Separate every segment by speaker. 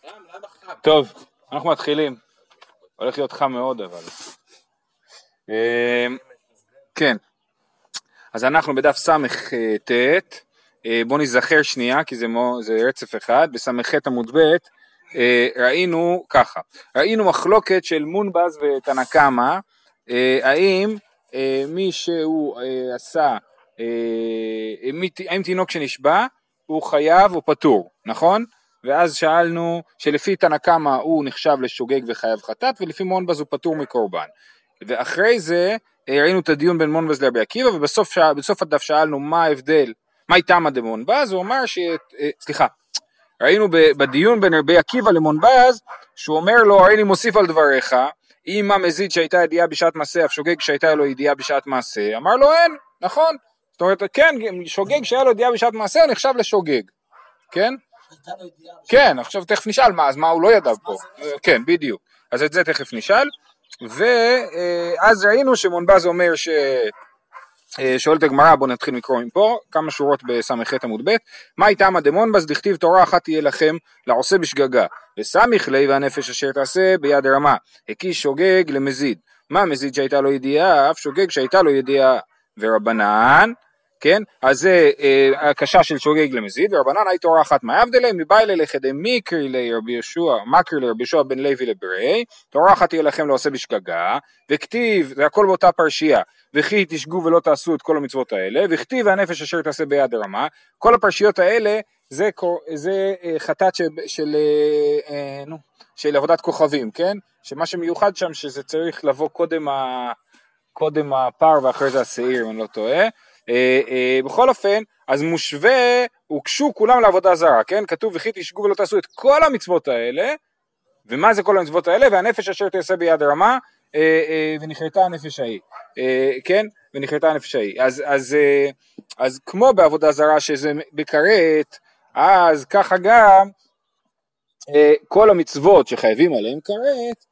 Speaker 1: טוב, אנחנו מתחילים. הולך להיות חם מאוד אבל. כן. אז אנחנו בדף סמך ת', בואו נזכר שנייה כי זה רצף אחד, בסמך ח' עמוד ב', ראינו ככה, ראינו מחלוקת של מונבז ותנא קמא, האם מי שהוא עשה, האם תינוק שנשבע הוא חייב או פטור, נכון? ואז שאלנו שלפי תנא קמא הוא נחשב לשוגג וחייב חטאת, ולפי מונבז הוא פטור מקורבן. ואחרי זה ראינו את הדיון בין מונבז לרבי עקיבא, ובסוף הדף שאלנו מה ההבדל, מה איתמא דמונבז, הוא אמר ראינו בדיון בין רבי עקיבא למונבז, שהוא אומר לו, הרי אני מוסיף על דבריך, אם מה מזיד שהייתה ידיעה בשעת מעשה, אף שוגג שהייתה לו ידיעה בשעת מעשה, אמר לו אין, נכון, זאת אומרת, כן, שוגג שהיה לו ידיעה בשעת מעשה, הוא נחשב לשוגג, כן? כן, עכשיו תכף נשאל מה, אז מה הוא לא ידע פה, כן, בדיוק, אז את זה תכף נשאל, ואז ראינו שמונבז אומר שואלת הגמרא, בואו נתחיל לקרוא מפה, כמה שורות בסמך ח' עמוד ב', מה איתמא דמונבז דכתיב תורה אחת תהיה לכם לעושה בשגגה, וסמיך ליה והנפש אשר תעשה ביד רמה, הקיש שוגג למזיד, מה מזיד שהייתה לו ידיעה, אף שוגג שהייתה לו ידיעה, ורבנן, כן, אז זה הקשה של שוגג למזיד, ורבנן היית תורה אחת, מה יבדלה, מביילה לכדי מקרי לרבי יהושע בן לוי לברי, תורה אחת תהיה לכם לעושה בשגגה, וכתיב, זה הכל באותה פרשייה, וכי תשגו ולא תעשו את כל המצוות האלה, וכתיב הנפש אשר תעשה ביד רמה, כל הפרשיות האלה, זה חטאת של עבודת כוכבים, כן, שמה שמיוחד שם, שזה צריך לבוא קודם הפר ואחרי זה השעיר, אם אני לא טועה, בכל אופן, אז מושווה, הוקשו כולם לעבודה זרה, כן? כתוב וכי תשגו ולא תעשו את כל המצוות האלה, ומה זה כל המצוות האלה? והנפש אשר תעשה ביד רמה, ונחרטה הנפש ההיא, כן? ונחרטה הנפש ההיא. אז כמו בעבודה זרה שזה בכרת, אז ככה גם כל המצוות שחייבים עליהם כרת,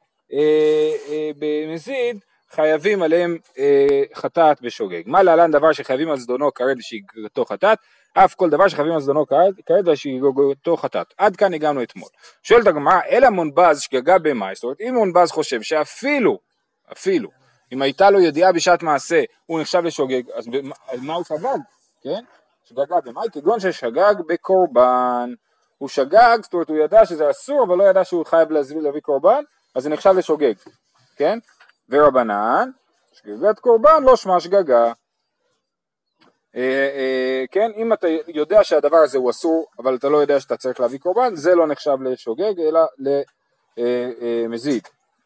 Speaker 1: במזיד, חייבים עליהם חטאת בשוגג. מה להלן דבר שחייבים על זדונו כרת ושגגתו חטאת? אף כל דבר שחייבים על זדונו כרת ושגגתו חטאת. עד כאן הגענו אתמול. שואלת הגמרא, אלא מונבז שגגה במאי, זאת אומרת, אם מונבז חושב שאפילו, אם הייתה לו ידיעה בשעת מעשה, הוא נחשב לשוגג, אז מה הוא שגג? כן? שגגה במאי, כגון ששגג בקורבן. הוא שגג, זאת אומרת, הוא ידע שזה אסור, אבל לא ידע שהוא חייב להביא קורבן, אז זה נחשב לשוגג. כן? ורבנן, שגגת קורבן לא שמה שגגה. כן, אם אתה יודע שהדבר הזה הוא אסור, אבל אתה לא יודע שאתה צריך להביא קורבן, זה לא נחשב לשוגג, אלא למזיד.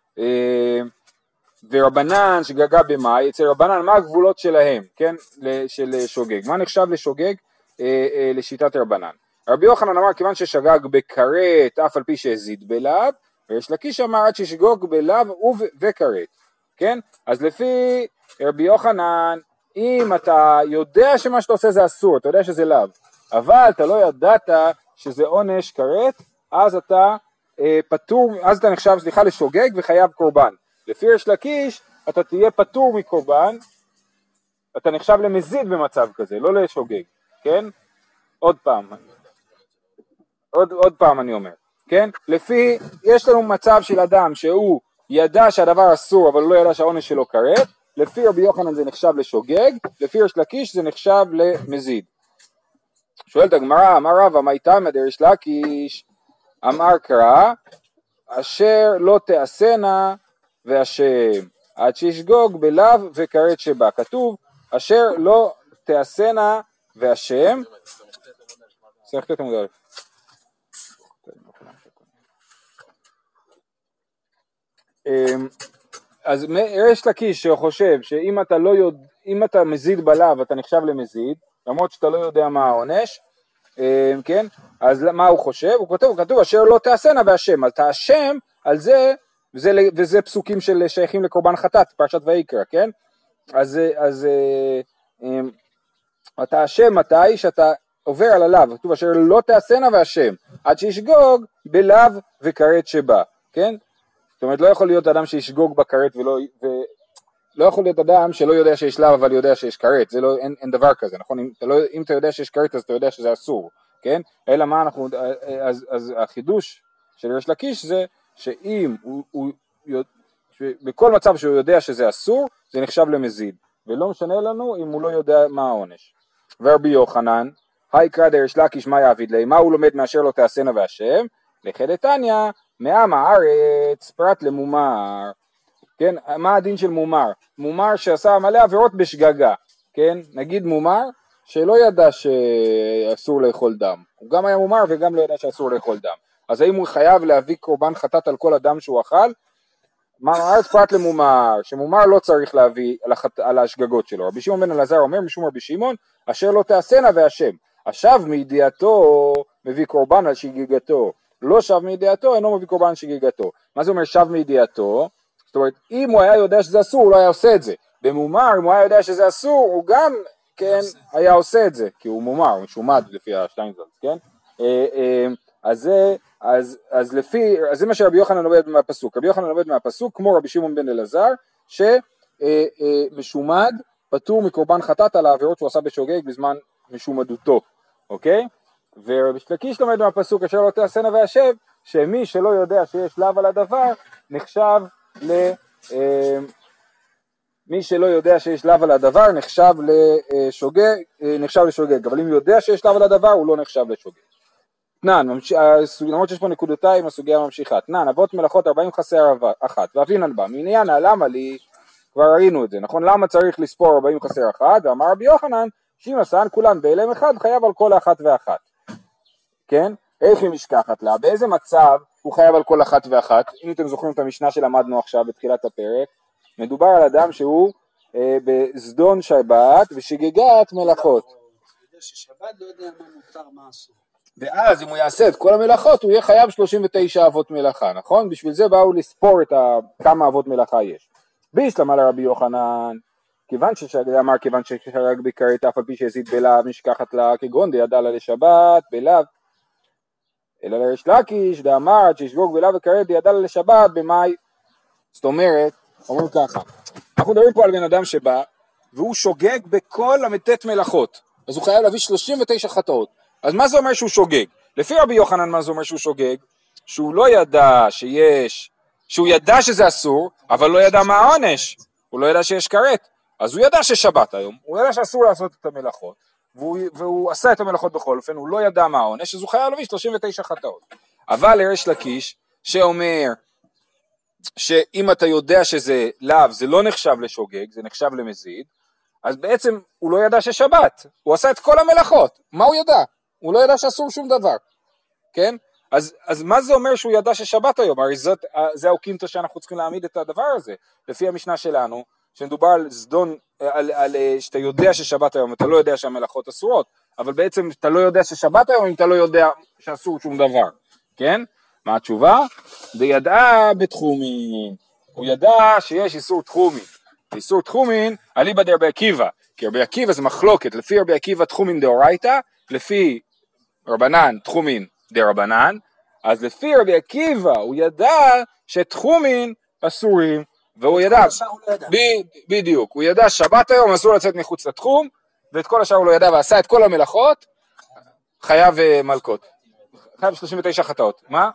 Speaker 1: ורבנן שגגה במאי, אצל רבנן, מה הגבולות שלהם, כן, של שוגג? מה נחשב לשוגג לשיטת רבנן? רבי יוחנן אמר, כיוון ששגג בכרת, אף על פי שהזיד בלאו, ויש לקיש אמר עד ששגוג בלאו וכרת. כן? אז לפי רבי יוחנן, אם אתה יודע שמה שאתה עושה זה אסור, אתה יודע שזה לאו, אבל אתה לא ידעת שזה עונש כרת, אז אתה פטור, אז אתה נחשב, לשוגג וחייב קורבן. לפי ריש לקיש, אתה תהיה פטור מקורבן, אתה נחשב למזיד במצב כזה, לא לשוגג, כן? עוד פעם אני אומר, כן? לפי, יש לנו מצב של אדם שהוא ידע שהדבר אסור, אבל לא ידע שהעונש שלו כרת, לפי רבי יוחנן זה נחשב לשוגג, לפי ריש לקיש זה נחשב למזיד. שואלת הגמרא, אמר רבא, מה איתמא דריש לקיש? אמר קרא, אשר לא תעשנה והשם, עד שישגוג בלאו וכרת שבה. כתוב, אשר לא תעשנה והשם, צריך לתת עמוד א'. אז ריש לקיש שחושב שאם אתה לא יודע, אם אתה מזיד בלאו אתה נחשב למזיד, למרות שאתה לא יודע מה העונש, כן? אז מה הוא חושב? הוא כתוב אשר לא תעשנה והשם, אז תאשם על זה, וזה פסוקים של שייכים לקורבן חטאת, פרשת ויקרא, כן? אז אתה אשם מתי שאתה עובר על הלאו, כתוב אשר לא תעשנה והשם, עד שישגוג בלאו וכרת שבה, כן? זאת אומרת, לא יכול להיות אדם שישגוג בכרת לא יכול להיות אדם שלא יודע שיש לאו אבל יודע שיש כרת, זה לא, אין דבר כזה, נכון? אם אתה יודע שיש כרת אז אתה יודע שזה אסור, כן? אלא מה אנחנו, אז החידוש של ריש לקיש זה שאם בכל מצב שהוא יודע שזה אסור, זה נחשב למזיד, ולא משנה לנו אם הוא לא יודע מה העונש. ורבי יוחנן, היי קרא דריש לקיש מה יעביד לי, מה הוא לומד מאשר לא תעשנה והשם? לחדתניא, מעם הארץ פרט למומר. כן, מה הדין של מומר? מומר שעשה מלא עבירות בשגגה, כן, נגיד מומר שלא ידע שאסור לאכול דם, הוא גם היה מומר וגם לא ידע שאסור לאכול דם, אז האם הוא חייב להביא קורבן חטאת על כל הדם שהוא אכל? מעם הארץ פרט למומר, שמומר לא צריך להביא על השגגות שלו. רבי שמעון בן אלעזר אומר משום רבי שמעון, אשר לא תעשנה והשם, השב מידיעתו מביא קורבן על שגיגתו, לא שב מידיעתו אינו מביא קורבן על שגיגתו. מה זה אומר שב מידיעתו? זאת אומרת, אם הוא היה יודע שזה אסור, הוא לא היה עושה את זה. במומר, אם הוא היה יודע שזה אסור, הוא גם, כן, היה עושה את זה, כי הוא מומר, הוא משומד לפי השטיינזלץ, כן? אז זה מה שרבי יוחנן לומד מהפסוק. רבי יוחנן לומד מהפסוק, כמו רבי שמעון בן אלעזר, שמשומד פטור מקורבן חטאת על העבירות שהוא עשה בשוגג בזמן משומדותו, אוקיי? ורבי לקיש לומד מהפסוק, אשר לא תעשנה והשב, שמי שלא יודע שיש לאו על הדבר, נחשב מי שלא יודע שיש לאו על הדבר נחשב לשוגג, אבל אם יודע שיש לאו על הדבר הוא לא נחשב לשוגג. תנן, למרות שיש פה נקודותיים, הסוגיה ממשיכה. תנן, אבות מלאכות 40 חסר אחת, ואבינן בה, מעניין למה לי, כבר ראינו את זה, נכון? למה צריך לספור 40 חסר אחת? ואמר רבי יוחנן, שאם עשן כולן באלם אחד, חייב על כל אחת ואחת. כן? איך היא משכחת לה? באיזה מצב הוא חייב על כל אחת ואחת? אם אתם זוכרים את המשנה שלמדנו עכשיו בתחילת הפרק, מדובר על אדם שהוא בסדון שבת ושגגת מלאכות.
Speaker 2: ששבת לא יודע מה מותר מה אסור.
Speaker 1: ואז אם הוא יעשה את כל המלאכות הוא יהיה חייב 39 אבות מלאכה, נכון? בשביל זה באו לספור כמה אבות מלאכה יש. בישלם על רבי יוחנן, כיוון ששרג בכרת אף על פי שהזיד בלאו משכחת לה כגון דידע לה לשבת בלאו, אלא לריש לקיש דאמר שישגוג בלאו וכרת דידע לה לשבת במאי. זאת אומרת, אומרים ככה, אנחנו מדברים פה על בן אדם שבא והוא שוגג בכל המתת מלאכות, אז הוא חייב להביא 39 חטאות. אז מה זה אומר שהוא שוגג? לפי רבי יוחנן מה זה אומר שהוא שוגג? שהוא לא ידע שהוא ידע שזה אסור, אבל לא ידע מה העונש, הוא לא ידע שיש כרת, אז הוא ידע ששבת היום, הוא ידע שאסור לעשות את המלאכות, והוא עשה את המלאכות בכל אופן, הוא לא ידע מה העונש, אז הוא חייב להביא 39 חטאות. אבל לריש לקיש שאומר שאם אתה יודע שזה לאו, זה לא נחשב לשוגג, זה נחשב למזיד, אז בעצם הוא לא ידע ששבת, הוא עשה את כל המלאכות, מה הוא ידע? הוא לא ידע שאסור שום דבר, כן? אז מה זה אומר שהוא ידע ששבת היום? הרי זה האוקימתא שאנחנו צריכים להעמיד את הדבר הזה, לפי המשנה שלנו, שמדובר על זדון, על שאתה יודע ששבת היום, אתה לא יודע שהמלאכות אסורות, אבל בעצם אתה לא יודע ששבת היום, אם אתה לא יודע שאסור שום דבר, כן? מה התשובה? וידעה בתחומין, הוא ידע שיש איסור תחומין, איסור תחומין, אליבא דרבי עקיבא, כי רבי עקיבא זה מחלוקת, לפי רבי עקיבא תחומין דאורייתא, לפי רבנן תחומין דרבנן, אז לפי רבי עקיבא הוא ידע שתחומין אסורים, והוא ידע, בדיוק, הוא ידע שבת היום אסור לצאת מחוץ לתחום, ואת כל השאר הוא לא ידע ועשה את כל המלאכות, חייב מלכות, חייב 39 חטאות. מה?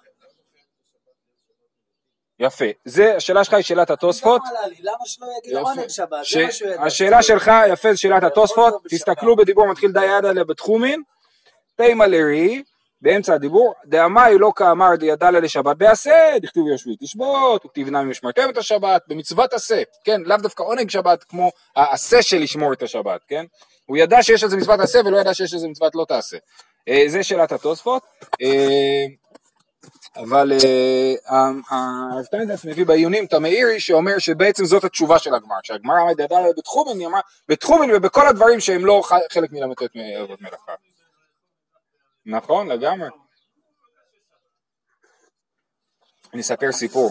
Speaker 1: יפה, זה השאלה שלך היא שאלת התוספות.
Speaker 2: למה שלא יגיד עונג שבת?
Speaker 1: השאלה שלך יפה זה שאלת התוספות, תסתכלו בדיבור מתחיל די יד עליה בתחומין, תימא לרי, באמצע הדיבור, דאמי לא כאמר דידע לה לשבת בעשה, דכתיב יושבי תשבות, וכתיב נמי משמרתם את השבת, במצוות עשה, כן, לאו דווקא עונג שבת כמו העשה של לשמור את השבת, כן, הוא ידע שיש איזה מצוות עשה ולא ידע שיש איזה מצוות לא תעשה, זה שאלת התוספות, אבל הרב שטיינזלץ מביא בעיונים את המאירי שאומר שבעצם זאת התשובה של הגמרא, שהגמרא עמד ידע לה בתחומין, היא אמרה בתחומין ובכל הדברים שהם לא חלק מלמתת מאבות מלאכה. נכון, לגמרי. אני אספר סיפור.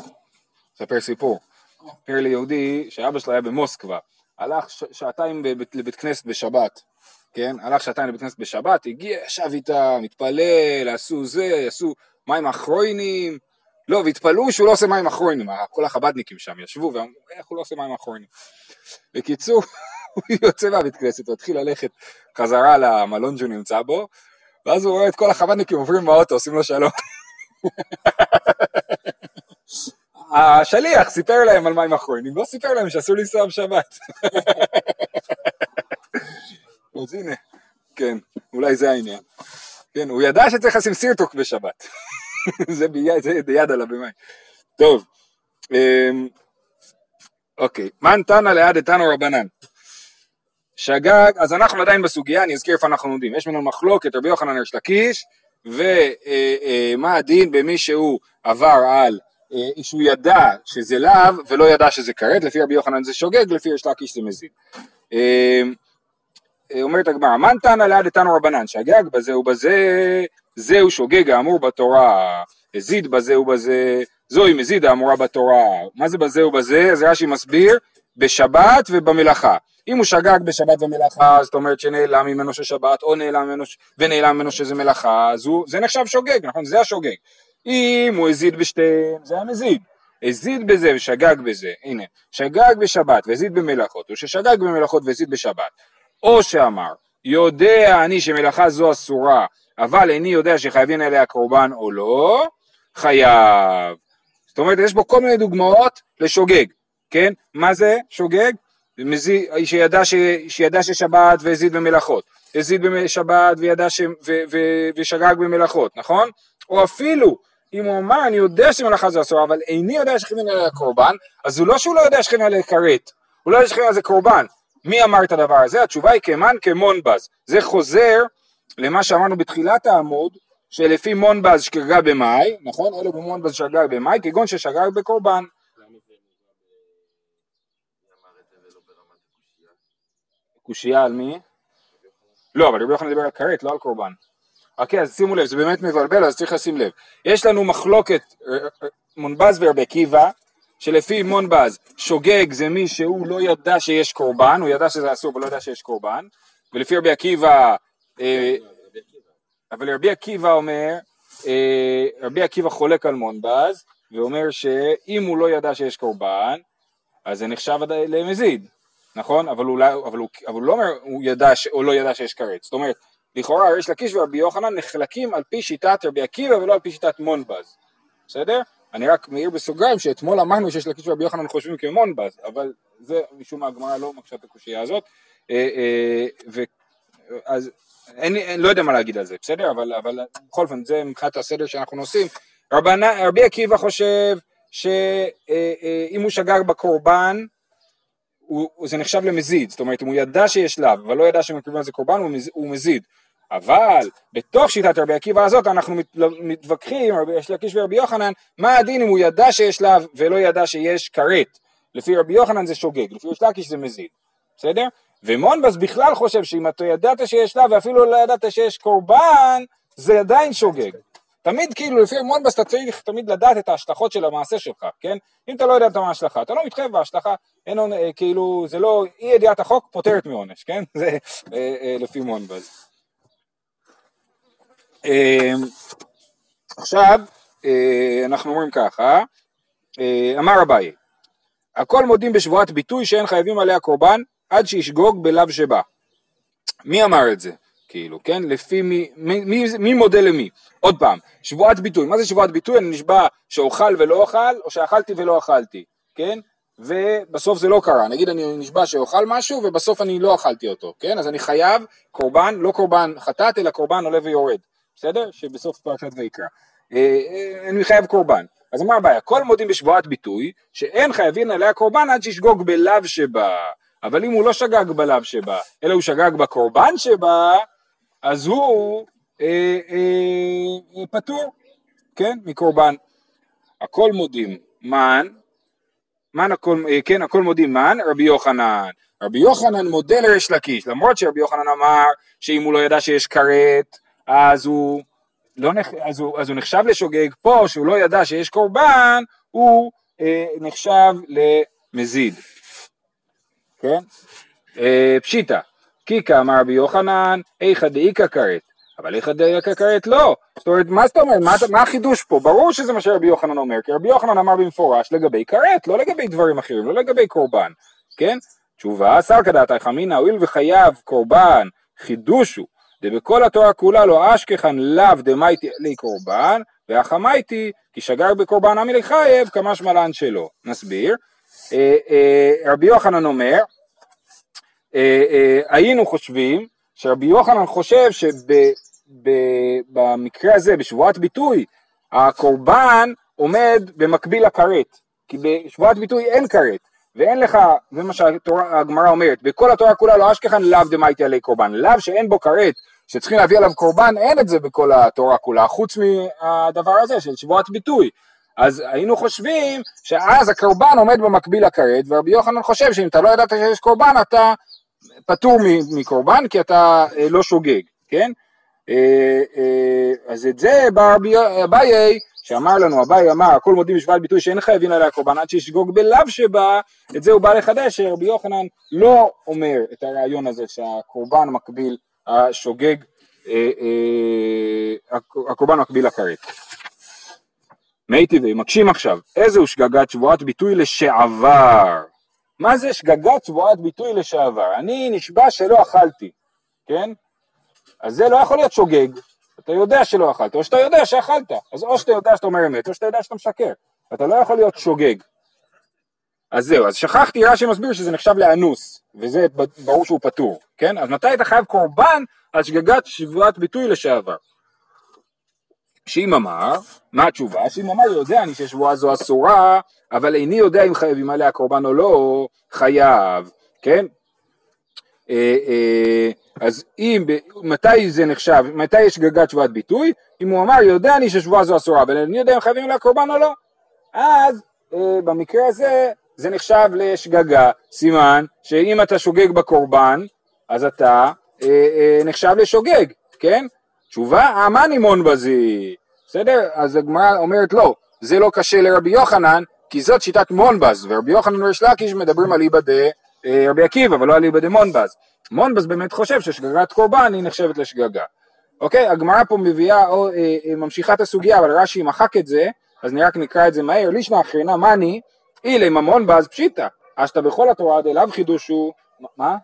Speaker 1: ספר לי יהודי שאבא שלו היה במוסקבה, הלך שעתיים לבית כנסת בשבת, כן? הלך שעתיים לבית כנסת בשבת, הגיע, ישב איתה, מתפלל, עשו מים אחרונים, לא, והתפלאו שהוא לא עושה מים אחרונים, כל החבדניקים שם ישבו ואמרו, איך הוא לא עושה מים אחרונים? בקיצור, הוא יוצא מהבית כנסת, הוא התחיל ללכת חזרה למלון שהוא נמצא בו, ואז הוא רואה את כל החבדניקים עוברים באוטו, עושים לו שלום. השליח סיפר להם על מים אחרונים, לא סיפר להם שאסור לנסוע בשבת. אז הנה, כן, אולי זה העניין. כן, הוא ידע שצריך לשים סירטוק בשבת. זה ביד על הבמאי. טוב, אוקיי, מן תנא ליד תנא רבנן. שגג, אז אנחנו עדיין בסוגיה, אני אזכיר איפה אנחנו עומדים. יש לנו מחלוקת, רבי יוחנן ריש לקיש, ומה הדין במי שהוא עבר על, שהוא ידע שזה לאו, ולא ידע שזה כרת, לפי רבי יוחנן זה שוגג, לפי ריש לקיש זה מזיד. אומרת הגמרא, מן תנא ליד תנא רבנן, שגג בזה ובזה, זהו שוגג האמור בתורה, הזיד בזה ובזה, זוהי מזיד האמורה בתורה. מה זה בזה ובזה? אז רש"י מסביר, בשבת ובמלאכה. אם הוא שגג בשבת ומלאכה, זאת אומרת שנעלם ממנו ששבת, או נעלם ממנו ונעלם ממנו שזה מלאכה, אז זה נחשב שוגג, נכון? זה השוגג. אם הוא הזיד בשתיהם, זה המזיד. הזיד בזה ושגג בזה, הנה, שגג בשבת והזיד במלאכות, או ששגג במלאכות והזיד בשבת, או שאמר, יודע אני שמלאכה זו אסורה, אבל איני יודע שחייבים עליה קורבן או לא, חייב. זאת אומרת, יש בו כל מיני דוגמאות לשוגג, כן? מה זה שוגג? שידע ששבת והזיד במלאכות, הזיד בשבת ושגג במלאכות, נכון? או אפילו, אם הוא אמר, אני יודע שמלאכה זה אסורה, אבל איני יודע שחייבים עליה קורבן, אז הוא לא שהוא לא יודע שחייבים עליה כרת, הוא לא יודע שחייבים עליה קורבן. מי אמר את הדבר הזה? התשובה היא כמן כמונבז. זה חוזר למה שאמרנו בתחילת העמוד, שלפי מונבז שגג במאי, נכון? אלו במונבז שגג במאי, כגון ששגג בקורבן. קושייה על מי? לא, אבל רבי יוחנן מדבר על כרת, לא על קורבן. אוקיי, אז שימו לב, זה באמת מבלבל, אז צריך לשים לב. יש לנו מחלוקת מונבז ורבי עקיבא, שלפי מונבז שוגג זה מי שהוא לא ידע שיש קורבן, הוא ידע שזה אסור ולא ידע שיש קורבן, ולפי רבי עקיבא, אבל רבי עקיבא אומר, רבי עקיבא חולק על מונבז, ואומר שאם הוא לא ידע שיש קורבן, אז זה נחשב למזיד, נכון? אבל הוא לא אומר הוא ידע או לא ידע שיש כרת, זאת אומרת, לכאורה ריש לקיש ורבי יוחנן נחלקים על פי שיטת רבי עקיבא ולא על פי שיטת מונבז, בסדר? אני רק מעיר בסוגריים שאתמול אמרנו שיש לקיש ורבי יוחנן חושבים כמונבז, אבל זה משום מה הגמרא לא מקשה את הקושייה הזאת, אז אני לא יודע מה להגיד על זה, בסדר? אבל בכל אופן זה מבחינת הסדר שאנחנו נוסעים. רבי עקיבא חושב שאם הוא שגג בקורבן, זה נחשב למזיד, זאת אומרת אם הוא ידע שיש לאו, אבל לא ידע שמקריבים על זה קורבן, הוא מזיד. אבל בתוך שיטת רבי עקיבא הזאת אנחנו מתווכחים, יש לקיש ורבי יוחנן, מה הדין אם הוא ידע שיש לאו ולא ידע שיש כרת? לפי רבי יוחנן זה שוגג, לפי יש לקיש זה מזיד, בסדר? ומונבז בכלל חושב שאם אתה ידעת שיש לאו ואפילו לא ידעת שיש קורבן, זה עדיין שוגג. תמיד כאילו לפי מונבז אתה צריך תמיד לדעת את ההשלכות של המעשה שלך, כן? אם אתה לא יודע את ההשלכה, אתה לא מתחייב בהשלכה, כאילו זה לא, אי ידיעת החוק פותרת מעונש, כן? זה לפי מונבז. עכשיו אנחנו אומרים ככה, אמר אביי, הכל מודים בשבועת ביטוי שאין חייבים עליה קורבן עד שישגוג בלאו שבא. מי אמר את זה? כאילו, כן? לפי מי מודה למי? עוד פעם, שבועת ביטוי. מה זה שבועת ביטוי? אני נשבע שאוכל ולא אוכל, או שאכלתי ולא אכלתי, כן? ובסוף זה לא קרה. נגיד אני נשבע שאוכל משהו, ובסוף אני לא אכלתי אותו, כן? אז אני חייב קורבן, לא קורבן חטאת, אלא קורבן עולה ויורד. בסדר? שבסוף פרשת ויקרא. אני חייב קורבן. אז מה הבעיה? כל מודים בשבועת ביטוי, שאין חייבים עליה קורבן עד שישגוג בלאו שבא. אבל אם הוא לא שגג בלאו שבא, אלא הוא שגג בקורבן שבא, אז הוא פטור, כן? מקורבן. הכל מודים מן הכל, כן, הכל מודים מן, רבי יוחנן. רבי יוחנן מודה לריש לקיש, למרות שרבי יוחנן אמר שאם הוא לא ידע שיש כרת, אז הוא נחשב לשוגג. פה שהוא לא ידע שיש קורבן, הוא נחשב למזיד. כן? פשיטה, קיקה אמר רבי יוחנן, איכא דאיכא כרת, אבל איכא דאיכא כרת לא. זאת אומרת, מה זאת אומרת? מה החידוש פה? ברור שזה מה שרבי יוחנן אומר, כי רבי יוחנן אמר במפורש לגבי כרת, לא לגבי דברים אחרים, לא לגבי קורבן, כן? תשובה, סלקא דעתך אמינא, הואיל וחייב קורבן, חידושו, דבכל התורה כולה לא אשכחן לאו דמייטי לי קורבן, והחמייתי, כי שגג בקורבן עמי לחייב, כמשמע לן שלא. נסביר. רבי יוחנן אומר, היינו חושבים, שרבי יוחנן חושב שבמקרה הזה, בשבועת ביטוי, הקורבן עומד במקביל לכרת, כי בשבועת ביטוי אין כרת, ואין לך, זה מה שהגמרא אומרת, בכל התורה כולה לא אשכחן לאו דמייתי עלי קורבן, לאו שאין בו כרת, שצריכים להביא עליו קורבן, אין את זה בכל התורה כולה, חוץ מהדבר הזה של שבועת ביטוי. אז היינו חושבים שאז הקורבן עומד במקביל לכרת, ורבי יוחנן חושב שאם אתה לא ידעת שיש קורבן, אתה פטור מקורבן, כי אתה לא שוגג, כן? אז את זה אביי שאמר לנו, אביי אמר, הכל מודים בשבועת ביטוי שאין חייבים עליה קורבן, עד שישגוג בלאו שבה, את זה הוא בא לחדש, שרבי יוחנן לא אומר את הרעיון הזה, שהקורבן מקביל, השוגג, הקורבן מקביל לכרת. מי טבעי, מקשים עכשיו, איזו שגגת שבועת ביטוי לשעבר? מה זה שגגת שבועת ביטוי לשעבר? אני נשבע שלא אכלתי, כן? אז זה לא יכול להיות שוגג, אתה יודע שלא אכלת, או שאתה יודע שאכלת, אז או שאתה יודע שאתה אומר אמת, או שאתה יודע שאתה משקר, אתה לא יכול להיות שוגג. אז זהו, אז שכחתי, רש"י מסביר שזה נחשב לאנוס, וזה ברור שהוא פטור, כן? אז מתי אתה חייב קורבן על שגגת שבועת ביטוי לשעבר? שאם אמר, מה התשובה? שאם אמר יודע אני ששבועה זו אסורה, אבל איני יודע אם חייבים עליה קורבן או לא, חייב, כן? אז מתי זה נחשב, מתי יש שגגת שבועת ביטוי? אם הוא אמר יודע אני ששבועה זו אסורה, אבל איני יודע אם חייבים עליה קורבן או לא, אז במקרה הזה זה נחשב לשגגה, סימן שאם אתה שוגג בקורבן, אז אתה נחשב לשוגג, כן? תשובה, אמני מון בזי, בסדר? אז הגמרא אומרת לא, זה לא קשה לרבי יוחנן, כי זאת שיטת מונבז, ורבי יוחנן וריש לקיש מדברים על איבא רבי עקיבא, אבל לא על איבא מונבז. מונבז באמת חושב ששגגת קורבן היא נחשבת לשגגה. אוקיי, הגמרא פה מביאה, או ממשיכה את הסוגיה, אבל רש"י מחק את זה, אז אני רק נקרא את זה מהר, לישמע אחרינה מני, אילי ממונבז פשיטה, אשתה בכל התורה דאליו חידושו, מה?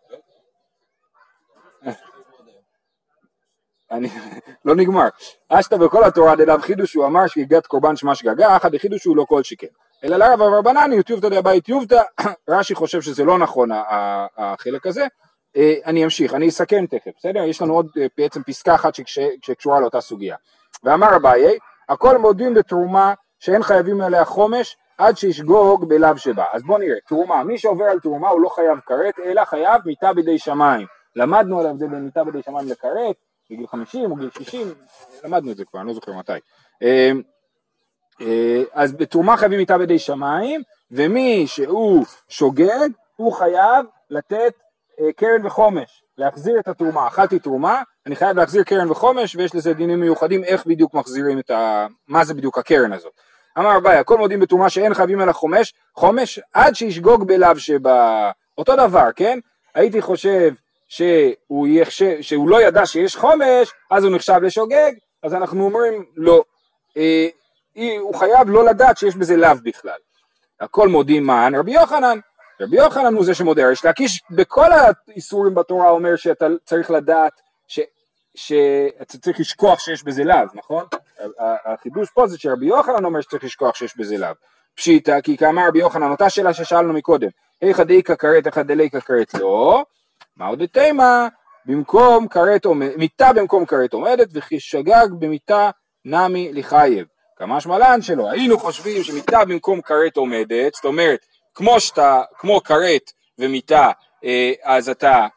Speaker 1: אני לא נגמר. אשתה בכל התורה דאליו חידוש הוא אמר שגגת קורבן שמה שגגה, אחד החידוש הוא לא כל שכן. אלא לרב ורבנני יוטיובתא דאבית יובתא, רש"י חושב שזה לא נכון החלק הזה. אני אמשיך, אני אסכם תכף, בסדר? יש לנו עוד בעצם פסקה אחת שקשורה לאותה סוגיה. ואמר אביי, הכל מודים בתרומה שאין חייבים עליה חומש עד שישגוג בלאו שבה. אז בוא נראה, תרומה, מי שעובר על תרומה הוא לא חייב כרת, אלא חייב מיתה בידי שמיים. למדנו על ההבדל בין מיתה בידי שמיים לכרת, בגיל 50 או גיל 60, למדנו את זה כבר, אני לא זוכר מתי. אז בתרומה חייבים מיתה בידי שמיים, ומי שהוא שוגג, הוא חייב לתת קרן וחומש, להחזיר את התרומה. אכלתי תרומה, אני חייב להחזיר קרן וחומש, ויש לזה דינים מיוחדים, איך בדיוק מחזירים מה זה בדיוק הקרן הזאת. אמר אביי, הכל מודים בתרומה שאין חייבים על חומש, עד שישגוג בלאו שבה, אותו דבר, כן? הייתי חושב שהוא לא ידע שיש חומש, אז הוא נחשב לשוגג, אז אנחנו אומרים לא, הוא חייב לא לדעת שיש בזה לאו בכלל. הכל מודים מן רבי יוחנן, רבי יוחנן הוא זה שמודה, יש להקיש בכל האיסורים בתורה אומר שאתה צריך לדעת שאתה צריך לשכוח שיש בזה לאו, נכון? החידוש פה זה שרבי יוחנן אומר שצריך לשכוח שיש בזה לאו, פשיטה, כי כאמר רבי יוחנן, אותה שאלה ששאלנו מקודם, היכא דאיכא כרת, היכא דליקא כרת לא, מה עוד תימה, במקום כרת עומדת, מיתה במקום כרת עומדת, וכי שגג במיתה נמי לחייב. כמשמע לן שלו, היינו חושבים שמיתה במקום כרת עומדת, זאת אומרת, כמו כרת ומיתה, אז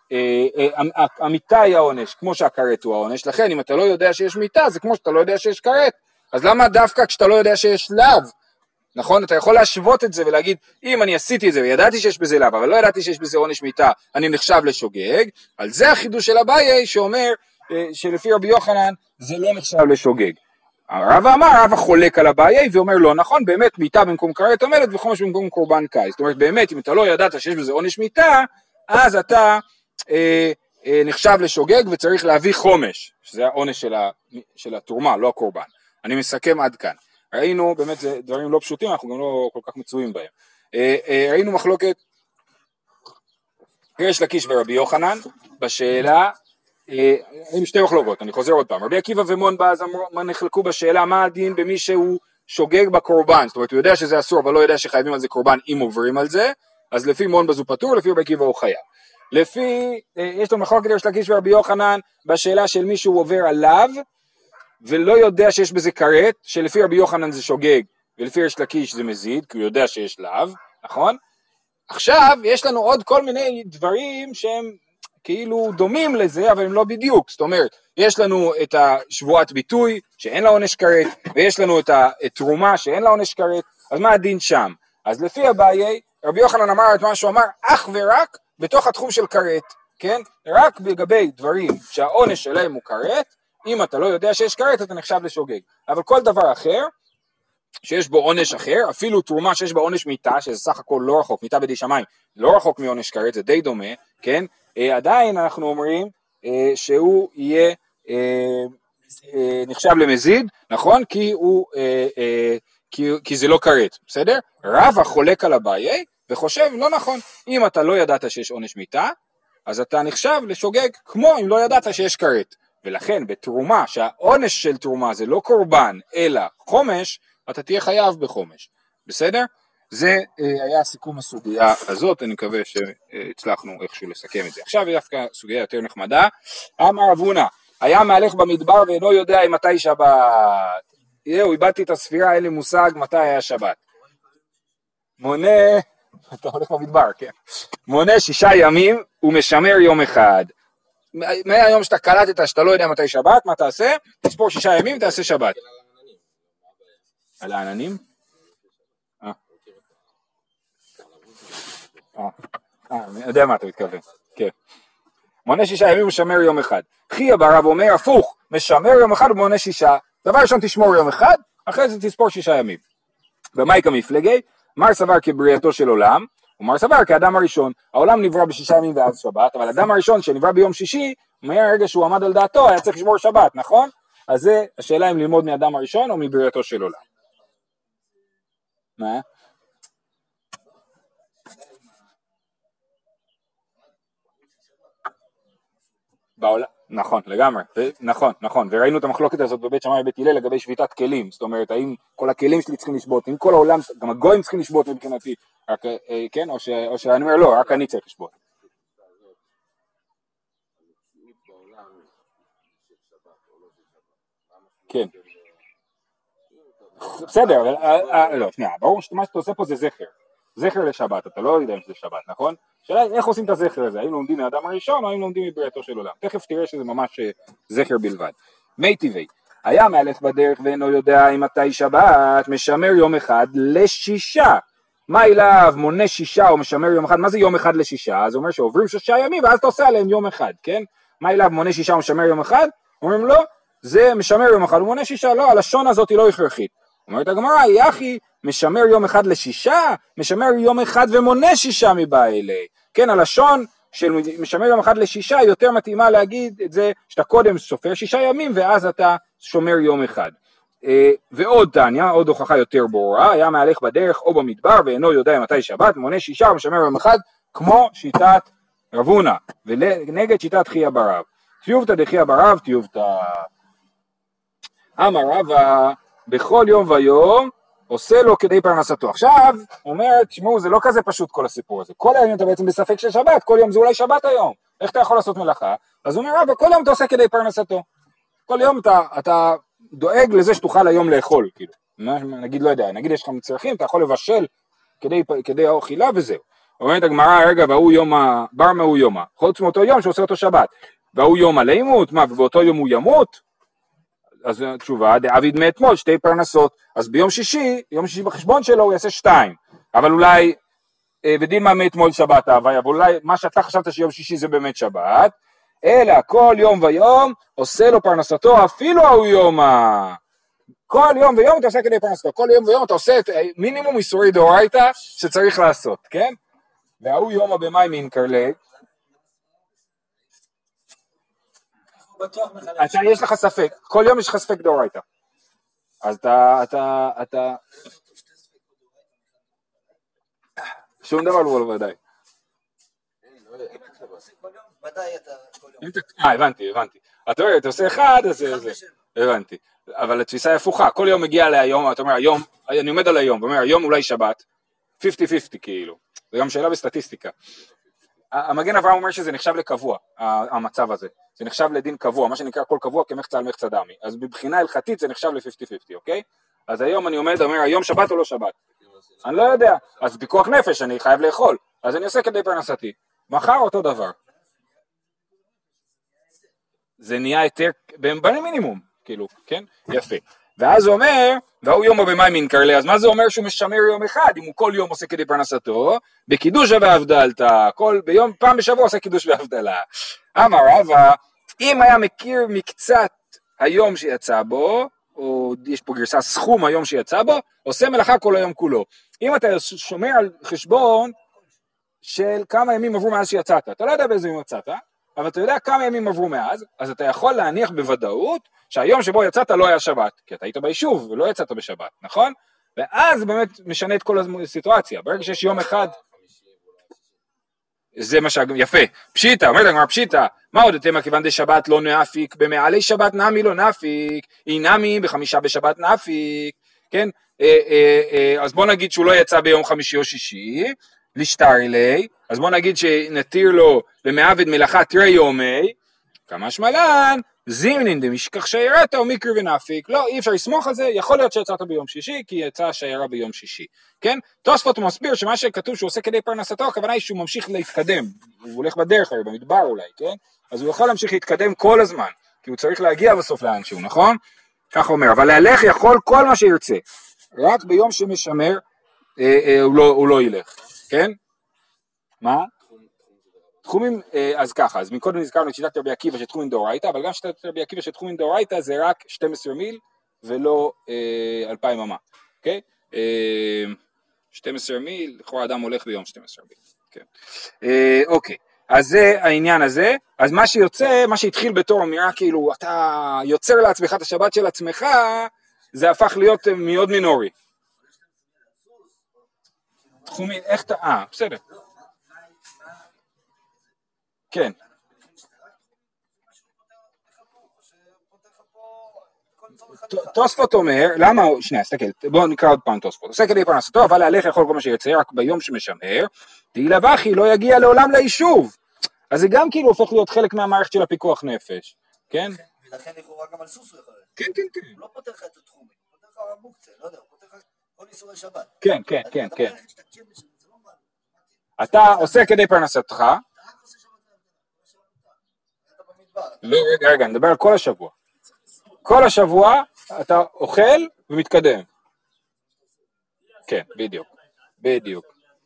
Speaker 1: המיתה היא העונש, כמו שהכרת הוא העונש, לכן אם אתה לא יודע שיש מיתה, זה כמו שאתה לא יודע שיש כרת, אז למה דווקא כשאתה לא יודע שיש לאו? נכון? אתה יכול להשוות את זה ולהגיד, אם אני עשיתי את זה וידעתי שיש בזה לאו, אבל לא ידעתי שיש בזה עונש מיתה, אני נחשב לשוגג, על זה החידוש של אביי שאומר שלפי רבי יוחנן זה לא נחשב לשוגג. הרב אמר, הרב חולק על אביי ואומר לא, נכון, באמת מיתה במקום כרת עומדת וחומש במקום קורבן קאי. זאת אומרת, באמת, אם אתה לא ידעת שיש בזה עונש מיתה, אז אתה נחשב לשוגג וצריך להביא חומש, שזה העונש של התרומה, לא הקורבן. אני מסכם עד כאן. ראינו, באמת זה דברים לא פשוטים, אנחנו גם לא כל כך מצויים בהם. ראינו מחלוקת ריש לקיש ורבי יוחנן בשאלה עם שתי מחלוקות, אני חוזר עוד פעם. רבי עקיבא ומון באז נחלקו בשאלה מה הדין במי שהוא שוגג בקורבן, זאת אומרת הוא יודע שזה אסור אבל לא יודע שחייבים על זה קורבן אם עוברים על זה, אז לפי מון באז הוא פטור, לפי רבי עקיבא הוא חייב. לפי, יש לו מחלוקת ריש לקיש ורבי יוחנן בשאלה של מי שהוא עובר עליו ולא יודע שיש בזה כרת, שלפי רבי יוחנן זה שוגג ולפי ריש לקיש זה מזיד, כי הוא יודע שיש לאו, נכון? עכשיו יש לנו עוד כל מיני דברים שהם כאילו דומים לזה, אבל הם לא בדיוק. זאת אומרת, יש לנו את השבועת ביטוי, שאין לה עונש כרת, ויש לנו את התרומה, שאין לה עונש כרת, אז מה הדין שם? אז לפי אביי, רבי יוחנן אמר את מה שהוא אמר, אך ורק בתוך התחום של כרת, כן? רק לגבי דברים שהעונש שלהם הוא כרת, אם אתה לא יודע שיש כרת, אתה נחשב לשוגג. אבל כל דבר אחר, שיש בו עונש אחר, אפילו תרומה שיש בה עונש מיתה, שזה סך הכל לא רחוק, מיתה בדי שמיים, לא רחוק מעונש כרת, זה די דומה, כן? עדיין אנחנו אומרים שהוא יהיה נחשב למזיד, נכון? כי זה לא כרת, בסדר? רבא חולק על אביי וחושב לא נכון, אם אתה לא ידעת שיש עונש מיתה, אז אתה נחשב לשוגג כמו אם לא ידעת שיש כרת, ולכן בתרומה, שהעונש של תרומה זה לא קורבן אלא חומש, אתה תהיה חייב בחומש, בסדר? זה היה סיכום הסוגיה הזאת, אני מקווה שהצלחנו איכשהו לסכם את זה. עכשיו דווקא סוגיה יותר נחמדה. אמר רב הונא, היה מהלך במדבר ואינו יודע מתי שבת. איבדתי את הספירה, אין לי מושג מתי היה שבת. מונה, אתה הולך במדבר, כן. מונה 6 ימים ומשמר יום אחד. מהיום שאתה קלטת שאתה לא יודע מתי שבת, מה תעשה? תספור 6 ימים ותעשה שבת. על העננים? אני יודע מה אתה מתכוון, כן. מונה 6 ימים ומשמר יום אחד. חייא ברב אומר הפוך, משמר יום אחד ומונה 6. דבר ראשון תשמור יום אחד, אחרי זה תספור 6 ימים. במאי כמפלגי, מר סבר כבריאתו של עולם, ומר סבר כאדם הראשון. העולם נברא ב6 ימים ואז שבת, אבל האדם הראשון שנברא ביום שישי, מהרגע שהוא עמד על דעתו היה צריך לשמור שבת, נכון? אז זה השאלה אם ללמוד מאדם הראשון או מבריאתו של עולם. מה? נכון, לגמרי, נכון, וראינו את המחלוקת הזאת בבית שמאי ובית הלל לגבי שביתת כלים, זאת אומרת, האם כל הכלים שלי צריכים לשבות, אם כל העולם, גם הגויים צריכים לשבות מבחינתי, רק, כן, או שאני אומר לא, רק אני צריך לשבות. כן. בסדר, לא, שנייה, ברור שמה שאתה עושה פה זה זכר לשבת, אתה לא יודע אם זה שבת, נכון? שאלה איך עושים את הזכר הזה, האם לומדים מאדם הראשון או האם לומדים מבריאתו של עולם, תכף תראה שזה ממש זכר בלבד. מי טבעי, היה מהלך בדרך ואינו יודע אם מתי שבת, משמר יום אחד ל6, מה אליו מונה 6 או משמר יום אחד, מה זה יום אחד ל6? אז הוא אומר שעוברים 6 ימים ואז אתה עושה עליהם יום אחד, כן? מה אליו מונה 6 או משמר יום אחד? אומרים לא, זה משמר יום אחד, הוא מונה 6, לא, הלשון הזאת היא לא הכרחית. אומרת הגמרא, יחי, משמר יום אחד ל6, משמר יום אחד ומונה 6 מבעילי. כן, הלשון של משמר יום אחד ל6 יותר מתאימה להגיד את זה, שאתה קודם סופר 6 ימים ואז אתה שומר יום אחד. ועוד תניא, עוד הוכחה יותר ברורה, היה מהלך בדרך או במדבר ואינו יודע מתי שבת, מונה 6 ומשמר יום אחד, כמו שיטת רב הונא, ונגד שיטת חייא ברב. טיובתא דחייא ברב, טיובתא. אמר רבא, בכל יום ויום עושה לו כדי פרנסתו. עכשיו, אומרת, תשמעו, זה לא כזה פשוט כל הסיפור הזה. כל היום אתה בעצם בספק של שבת, כל יום זה אולי שבת היום. איך אתה יכול לעשות מלאכה? אז הוא אומר, רבא, כל יום אתה עושה כדי פרנסתו. כל יום אתה דואג לזה שתוכל היום לאכול, כאילו. נגיד, לא יודע, נגיד יש לך מצרכים, אתה יכול לבשל כדי האכילה וזהו. אומרת הגמרא, רגע, והוא יומא, בר מהו יומא, חוץ מאותו יום שעושה אותו שבת. והוא יומא לימות, מה, ובאותו יום הוא ימות? אז תשובה, דאביד מאתמול 2 פרנסות, אז ביום שישי, יום שישי בחשבון שלו הוא יעשה 2, אבל אולי, ודילמה מאתמול שבת אבל אולי מה שאתה חשבת שיום שישי זה באמת שבת, אלא כל יום ויום עושה לו פרנסתו, אפילו הוא יום, כל יום ויום אתה עושה כדי פרנסתו, כל יום ויום אתה עושה את מינימום איסורי דאורייתא שצריך לעשות, כן? והוא יום במאי מינקרלי, אתה יש לך ספק, כל יום יש לך ספק דאורייתא, אז אתה שום דבר לא ודאי.
Speaker 2: ודאי אתה כל יום.
Speaker 1: הבנתי. אתה אומר, אתה עושה אחד, אז זה. הבנתי. אבל התפיסה היא הפוכה, כל יום מגיע להיום, אתה אומר, היום, אני עומד על היום, ואומר, היום אולי שבת, 50-50 כאילו. זה גם שאלה בסטטיסטיקה. המגן אברהם אומר שזה נחשב לקבוע, המצב הזה. זה נחשב לדין קבוע, מה שנקרא כל קבוע כמחצה על מחצה דמי. אז בבחינה הלכתית זה נחשב ל-50-50, אוקיי? אז היום אני עומד, אומר, היום שבת או לא שבת? אני לא יודע. אז פיקוח נפש, אני חייב לאכול. אז אני עושה כדי פרנסתי. מחר אותו דבר. זה נהיה יותר, במינימום, כאילו, כן? יפה. ואז הוא אומר, והוא יום במים ינקרלה, אז מה זה אומר שהוא משמר יום אחד, אם הוא כל יום עושה כדי פרנסתו, בקידוש והבדלתא, פעם בשבוע עושה קידוש והבדלה. אמר רבא, אם היה מכיר מקצת היום שיצא בו, או יש פה גרסה סכום היום שיצא בו, עושה מלאכה כל היום כולו. אם אתה שומר על חשבון של כמה ימים עברו מאז שיצאת, אתה לא יודע באיזה יום יצאת, אבל אתה יודע כמה ימים עברו מאז, אז אתה יכול להניח בוודאות שהיום שבו יצאת לא היה שבת, כי אתה היית ביישוב ולא יצאת בשבת, נכון? ואז באמת משנה את כל הסיטואציה, ברגע שיש יום אחד, זה מה יפה, פשיטה, אומרת הגמרא פשיטה, מה עוד אתם כיוון דשבת לא נאפיק, במעלי שבת נמי לא נאפיק, אינמי בחמישה בשבת נאפיק, כן? אז בוא נגיד שהוא לא יצא ביום חמישי או שישי, לשטרי לי, אז בוא נגיד שנתיר לו במעבד מלאכה תרי יומי, כמה שמלן, זימנין דמשכח שיירתה או מיקר ונאפיק, לא, אי אפשר לסמוך על זה, יכול להיות שיצאת ביום שישי, כי יצא שיירה ביום שישי, כן? תוספות מסביר שמה שכתוב שהוא עושה כדי פרנסתו, הכוונה היא שהוא ממשיך להתקדם, הוא הולך בדרך, במדבר אולי, כן? אז הוא יכול להמשיך להתקדם כל הזמן, כי הוא צריך להגיע בסוף לאנשהו, נכון? כך אומר, אבל להלך יכול כל מה שירצה, רק ביום שמשמר, הוא לא ילך, כן? מה? תחומים, אז ככה, אז מקודם נזכרנו את שיטת רבי עקיבא שתחומים דאורייתא, אבל גם שיטת רבי עקיבא שתחומים דאורייתא זה רק 12 מיל ולא 2,000 אמה, אוקיי? 12 מיל, לכאורה אדם הולך ביום 12 מיל, כן. אוקיי, אז זה העניין הזה, אז מה שיוצא, מה שהתחיל בתור אמירה כאילו, אתה יוצר לעצמך את השבת של עצמך, זה הפך להיות מאוד מינורי. תחומים, איך אתה, בסדר. כן. תוספות אומר, למה, שנייה, סתכל, בואו נקרא עוד פעם תוספות, עושה כדי פרנסתו, אבל להלך יכול כל מה שירצה, רק ביום שמשמר, תהילה וכי לא יגיע לעולם ליישוב, אז זה גם כאילו הופך להיות חלק מהמערכת של הפיקוח נפש, כן?
Speaker 2: ולכן לכאורה גם על סוס הוא יכול.
Speaker 1: כן.
Speaker 2: הוא לא פותח את התחומים, הוא פותח על המוקצה, לא יודע, הוא פותח כל איסורי שבת.
Speaker 1: כן. אתה עושה כדי פרנסתך, לא, רגע, נדבר על כל השבוע. כל השבוע אתה אוכל ומתקדם. כן, בדיוק.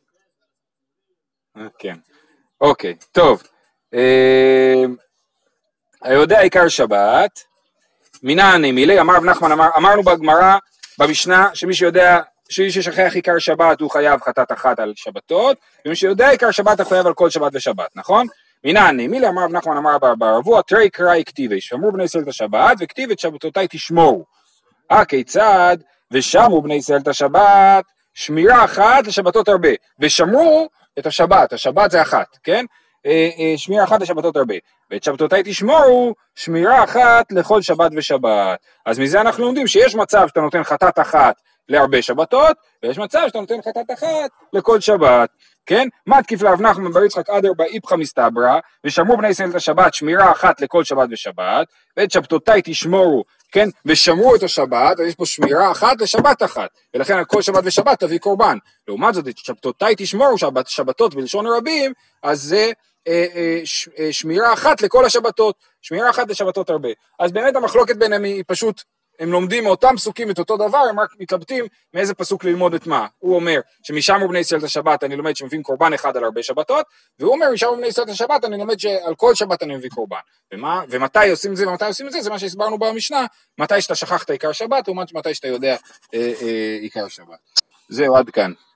Speaker 1: כן. אוקיי, טוב. היודע עיקר שבת, מינני מילי, אמר רב נחמן, אמרנו בגמרא, במשנה, שמי שיודע, שמי ששכח עיקר שבת הוא חייב חטאת אחת על שבתות, ומי שיודע עיקר שבת הוא חייב על כל שבת ושבת, נכון? מינני, מילי אמר רב נחמן אמר ברבוע, תרי קראי כתיבי, שמרו בני ישראל את השבת, וכתיב את שבתותיי תשמורו. כיצד? ושמרו בני ישראל את השבת, שמירה אחת לשבתות הרבה, ושמרו את השבת, השבת זה אחת, כן? שמירה אחת לשבתות הרבה, ואת שבתותיי תשמורו, שמירה אחת לכל שבת ושבת. אז מזה אנחנו לומדים שיש מצב שאתה נותן חטאת אחת להרבה שבתות, ויש מצב שאתה נותן חטאת אחת לכל שבת. כן? מה תקיף לרב נחמן בר יצחק אדר באיפכא מסתברא, ושמרו בני ישראל את השבת שמירה אחת לכל שבת ושבת, ואת שבתותיי תשמורו, כן? ושמרו את השבת, אז יש פה שמירה אחת לשבת אחת, ולכן על כל שבת ושבת תביא קורבן. לעומת זאת, את שבתותיי תשמורו, שבתות בלשון רבים, אז זה שמירה אחת לכל השבתות, שמירה אחת לשבתות הרבה. אז באמת המחלוקת ביניהם היא פשוט, הם לומדים מאותם פסוקים את אותו דבר, הם רק מתלבטים מאיזה פסוק ללמוד את מה. הוא אומר שמשמרו בני ישראל את השבת אני לומד שמביאים קורבן אחד על הרבה שבתות, והוא אומר משמרו בני ישראל את השבת אני לומד שעל כל שבת אני מביא קורבן. ומתי עושים את זה ומתי עושים את זה, זה מה שהסברנו במשנה, מתי שאתה שכחת עיקר שבת, ומתי שאתה יודע עיקר שבת. זהו, עד כאן.